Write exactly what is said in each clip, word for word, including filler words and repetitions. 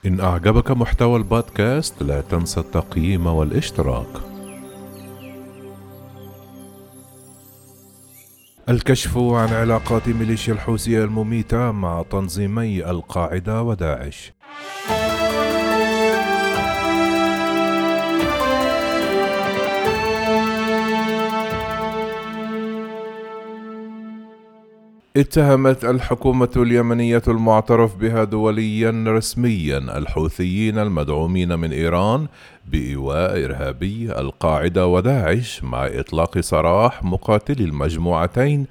إن أعجبك محتوى البودكاست لا تنسى التقييم والاشتراك. الكشف عن علاقات ميليشيا الحوثية المميتة مع تنظيمي القاعدة وداعش. اتهمت الحكومة اليمنية المعترف بها دوليا رسميا الحوثيين المدعومين من إيران بإيواء إرهابي القاعدة وداعش مع إطلاق سراح مقاتلي المجموعتين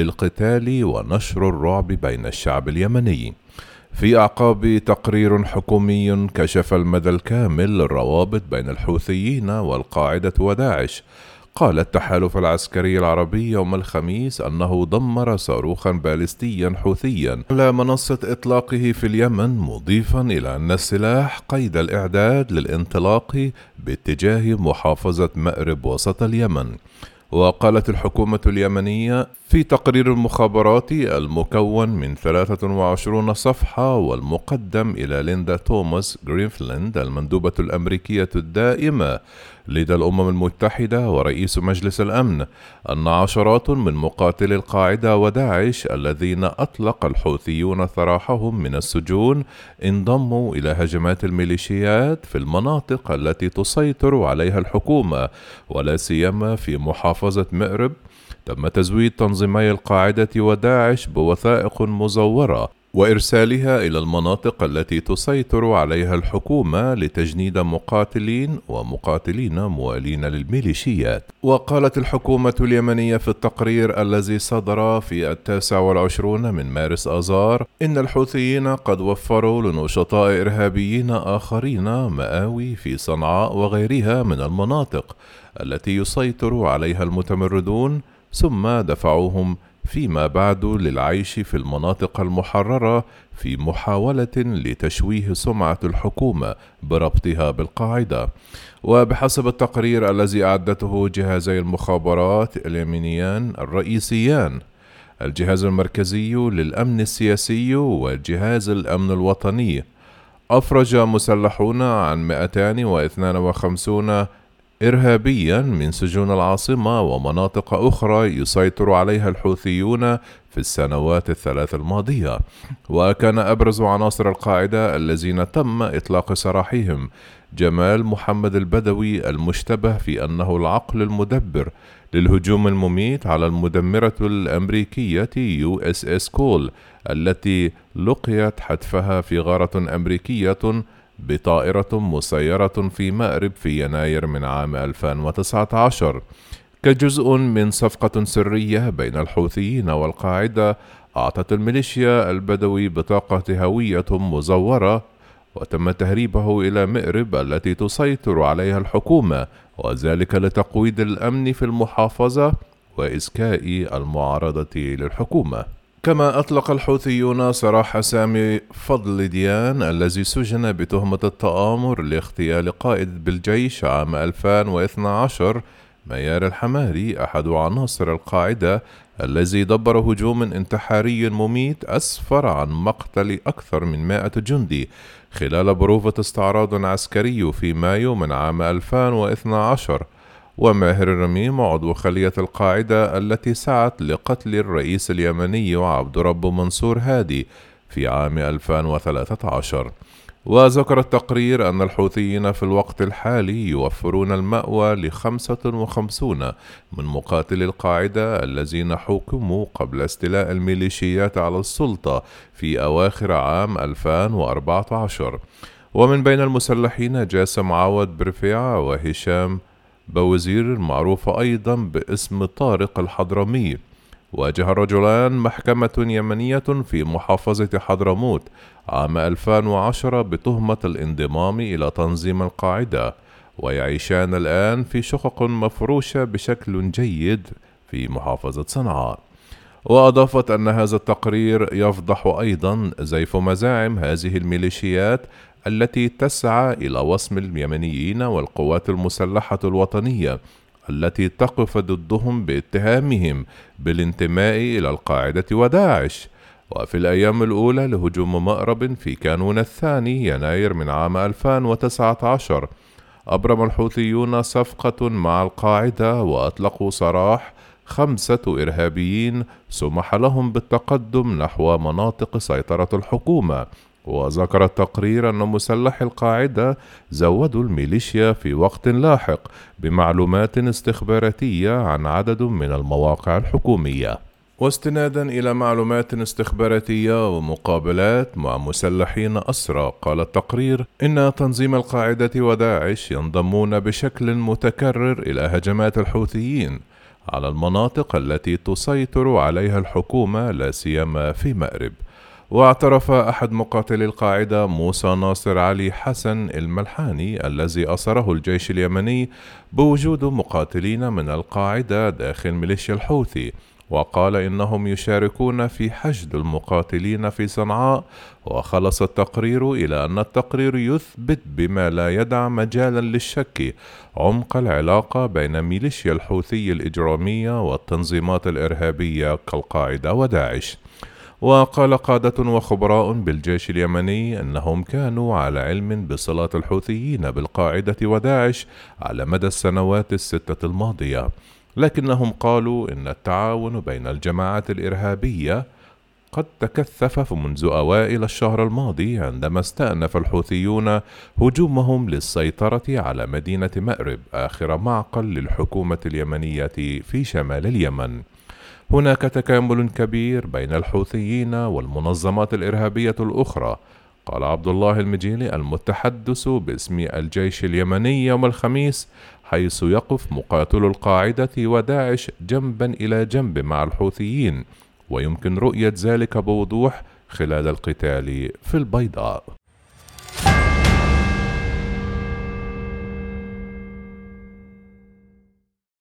للقتال ونشر الرعب بين الشعب اليمني. في أعقاب تقرير حكومي كشف المدى الكامل للروابط بين الحوثيين والقاعدة وداعش، قال التحالف العسكري العربي يوم الخميس أنه دمر صاروخا باليستيا حوثيا على منصة إطلاقه في اليمن، مضيفا إلى أن السلاح قيد الإعداد للانطلاق باتجاه محافظة مأرب وسط اليمن. وقالت الحكومة اليمنية في تقرير المخابرات المكون من ثلاثة وعشرين صفحة والمقدم إلى ليندا توماس غرينفيلد المندوبة الأمريكية الدائمة لدى الأمم المتحدة ورئيس مجلس الأمن، أن عشرات من مقاتلي القاعدة وداعش الذين أطلق الحوثيون سراحهم من السجون انضموا إلى هجمات الميليشيات في المناطق التي تسيطر عليها الحكومة، ولا سيما في محافظة مأرب. تم تزويد تنظيمي القاعدة وداعش بوثائق مزورة وإرسالها إلى المناطق التي تسيطر عليها الحكومة لتجنيد مقاتلين ومقاتلين موالين للميليشيات. وقالت الحكومة اليمنية في التقرير الذي صدر في التاسع والعشرون من مارس آذار إن الحوثيين قد وفروا لنشطاء إرهابيين آخرين مآوي في صنعاء وغيرها من المناطق التي يسيطر عليها المتمردون، ثم دفعوهم فيما بعد للعيش في المناطق المحررة في محاولة لتشويه سمعة الحكومة بربطها بالقاعدة. وبحسب التقرير الذي أعدته جهازي المخابرات اليمنيان الرئيسيان، الجهاز المركزي للأمن السياسي وجهاز الأمن الوطني، أفرج مسلحون عن مئتين واثنين وخمسين إرهابيا من سجون العاصمة ومناطق أخرى يسيطر عليها الحوثيون في السنوات الثلاث الماضية. وكان أبرز عناصر القاعدة الذين تم إطلاق سراحهم جمال محمد البدوي، المشتبه في أنه العقل المدبر للهجوم المميت على المدمرة الأمريكية يو إس إس كول التي لقيت حتفها في غارة أمريكية بطائرة مسيرة في مأرب في يناير من عام ألفين وتسعة عشر. كجزء من صفقة سرية بين الحوثيين والقاعدة، أعطت الميليشيا البدوي بطاقة هوية مزورة وتم تهريبه إلى مأرب التي تسيطر عليها الحكومة، وذلك لتقويض الأمن في المحافظة وإزكاء المعارضة للحكومة. كما أطلق الحوثيون سراح سامي فضل ديان الذي سجن بتهمة التآمر لاغتيال قائد بالجيش عام ألفين واثني عشر ميار الحماري، أحد عناصر القاعدة الذي دبر هجوم انتحاري مميت أسفر عن مقتل أكثر من مائة جندي خلال بروفة استعراض عسكري في مايو من عام ألفين واثني عشر. وماهر الرميم عضو خلية القاعدة التي سعت لقتل الرئيس اليمني عبد رب منصور هادي في عام ألفين وثلاثة عشر. وذكر التقرير أن الحوثيين في الوقت الحالي يوفرون المأوى لخمسة وخمسين من مقاتلي القاعدة الذين حكموا قبل استيلاء الميليشيات على السلطة في أواخر عام ألفين وأربعة عشر. ومن بين المسلحين جاسم عوض برفيعة وهشام بوزير المعروف أيضا باسم طارق الحضرمي. واجه الرجلان محكمة يمنية في محافظة حضرموت عام ألفين وعشرة بتهمة الانضمام إلى تنظيم القاعدة، ويعيشان الآن في شقق مفروشة بشكل جيد في محافظة صنعاء. وأضافت أن هذا التقرير يفضح أيضا زيف مزاعم هذه الميليشيات التي تسعى إلى وصم اليمنيين والقوات المسلحة الوطنية التي تقف ضدهم باتهامهم بالانتماء إلى القاعدة وداعش، وفي الأيام الأولى لهجوم مأرب في كانون الثاني يناير من عام ألفين وتسعة عشر، أبرم الحوثيون صفقة مع القاعدة وأطلقوا سراح خمسة إرهابيين سمح لهم بالتقدم نحو مناطق سيطرة الحكومة. وذكر التقرير أن مسلحي القاعدة زودوا الميليشيا في وقت لاحق بمعلومات استخباراتية عن عدد من المواقع الحكومية. واستنادا إلى معلومات استخباراتية ومقابلات مع مسلحين أسرى، قال التقرير إن تنظيم القاعدة وداعش ينضمون بشكل متكرر إلى هجمات الحوثيين على المناطق التي تسيطر عليها الحكومة لا سيما في مأرب. واعترف أحد مقاتلي القاعدة موسى ناصر علي حسن الملحاني الذي أسره الجيش اليمني بوجود مقاتلين من القاعدة داخل ميليشيا الحوثي، وقال إنهم يشاركون في حشد المقاتلين في صنعاء. وخلص التقرير إلى أن التقرير يثبت بما لا يدع مجالا للشك عمق العلاقة بين ميليشيا الحوثي الإجرامية والتنظيمات الإرهابية كالقاعدة وداعش. وقال قادة وخبراء بالجيش اليمني أنهم كانوا على علم بصلات الحوثيين بالقاعدة وداعش على مدى السنوات الستة الماضية، لكنهم قالوا إن التعاون بين الجماعات الإرهابية قد تكثف منذ أوائل الشهر الماضي عندما استأنف الحوثيون هجومهم للسيطرة على مدينة مأرب آخر معقل للحكومة اليمنية في شمال اليمن. هناك تكامل كبير بين الحوثيين والمنظمات الإرهابية الأخرى، قال عبد الله المجيلي المتحدث باسم الجيش اليمني يوم الخميس، حيث يقف مقاتلو القاعدة وداعش جنبا إلى جنب مع الحوثيين، ويمكن رؤية ذلك بوضوح خلال القتال في البيضاء.